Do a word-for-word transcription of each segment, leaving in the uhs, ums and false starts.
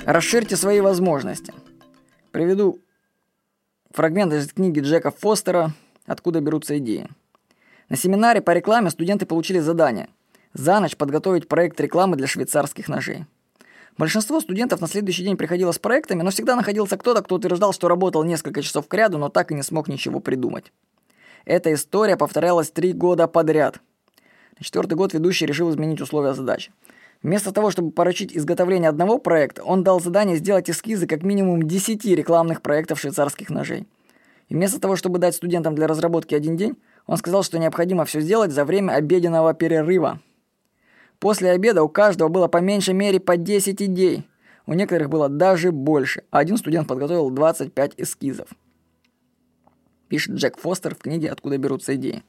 Расширьте свои возможности. Приведу фрагмент из книги Джека Фостера «Откуда берутся идеи». На семинаре по рекламе студенты получили задание за ночь подготовить проект рекламы для швейцарских ножей. Большинство студентов на следующий день приходило с проектами, но всегда находился кто-то, кто утверждал, что работал несколько часов кряду, но так и не смог ничего придумать. Эта история повторялась три года подряд. На четвертый год ведущий решил изменить условия задачи. Вместо того, чтобы поручить изготовление одного проекта, он дал задание сделать эскизы как минимум десяти рекламных проектов швейцарских ножей. И вместо того, чтобы дать студентам для разработки один день, он сказал, что необходимо все сделать за время обеденного перерыва. После обеда у каждого было по меньшей мере по десять идей. У некоторых было даже больше. А один студент подготовил двадцать пять эскизов. Пишет Джек Фостер в книге «Откуда берутся идеи».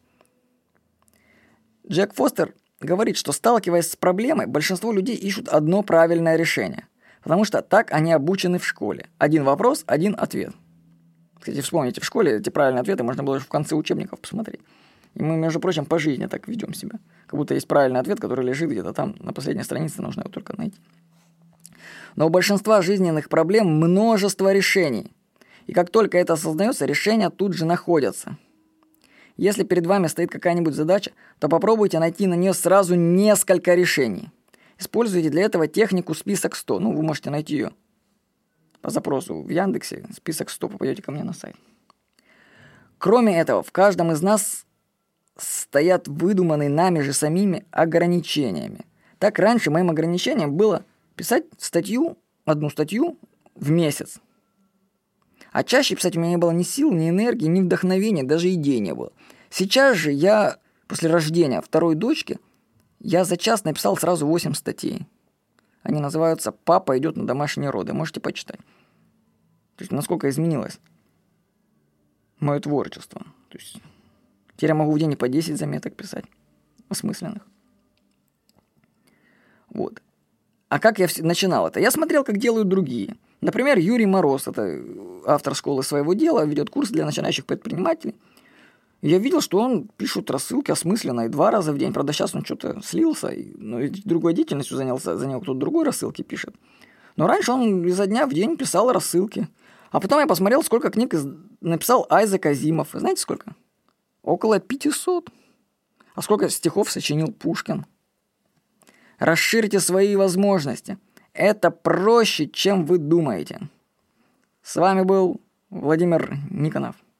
Джек Фостер говорит, что, сталкиваясь с проблемой, большинство людей ищут одно правильное решение. Потому что так они обучены в школе. Один вопрос, один ответ. Кстати, вспомните, в школе эти правильные ответы можно было в конце учебников посмотреть. И мы, между прочим, по жизни так ведем себя. Как будто есть правильный ответ, который лежит где-то там на последней странице, нужно его только найти. Но у большинства жизненных проблем множество решений. И как только это осознается, решения тут же находятся. Если перед вами стоит какая-нибудь задача, то попробуйте найти на нее сразу несколько решений. Используйте для этого технику список сто. Ну, вы можете найти ее по запросу в Яндексе. Список сто, попадете ко мне на сайт. Кроме этого, в каждом из нас стоят выдуманные нами же самими ограничениями. Так раньше моим ограничением было писать статью, одну статью в месяц. А чаще писать у меня не было ни сил, ни энергии, ни вдохновения, даже идей не было. Сейчас же я, после рождения второй дочки, я за час написал сразу восемь статей. Они называются «Папа идет на домашние роды». Можете почитать. То есть, насколько изменилось мое творчество. То есть, теперь я могу в день и по десять заметок писать. Осмысленных. Вот. А как я начинал это? Я смотрел, как делают другие. Например, Юрий Мороз, это автор школы своего дела, ведет курс для начинающих предпринимателей. И я видел, что он пишет рассылки осмысленно и два раза в день. Правда, сейчас он что-то слился, и, ну, и другой деятельностью занялся, за него кто-то другой рассылки пишет. Но раньше он изо дня в день писал рассылки. А потом я посмотрел, сколько книг написал Айзек Азимов. Знаете, сколько? Около пятисот. А сколько стихов сочинил Пушкин? Расширьте свои возможности. Это проще, чем вы думаете. С вами был Владимир Никонов.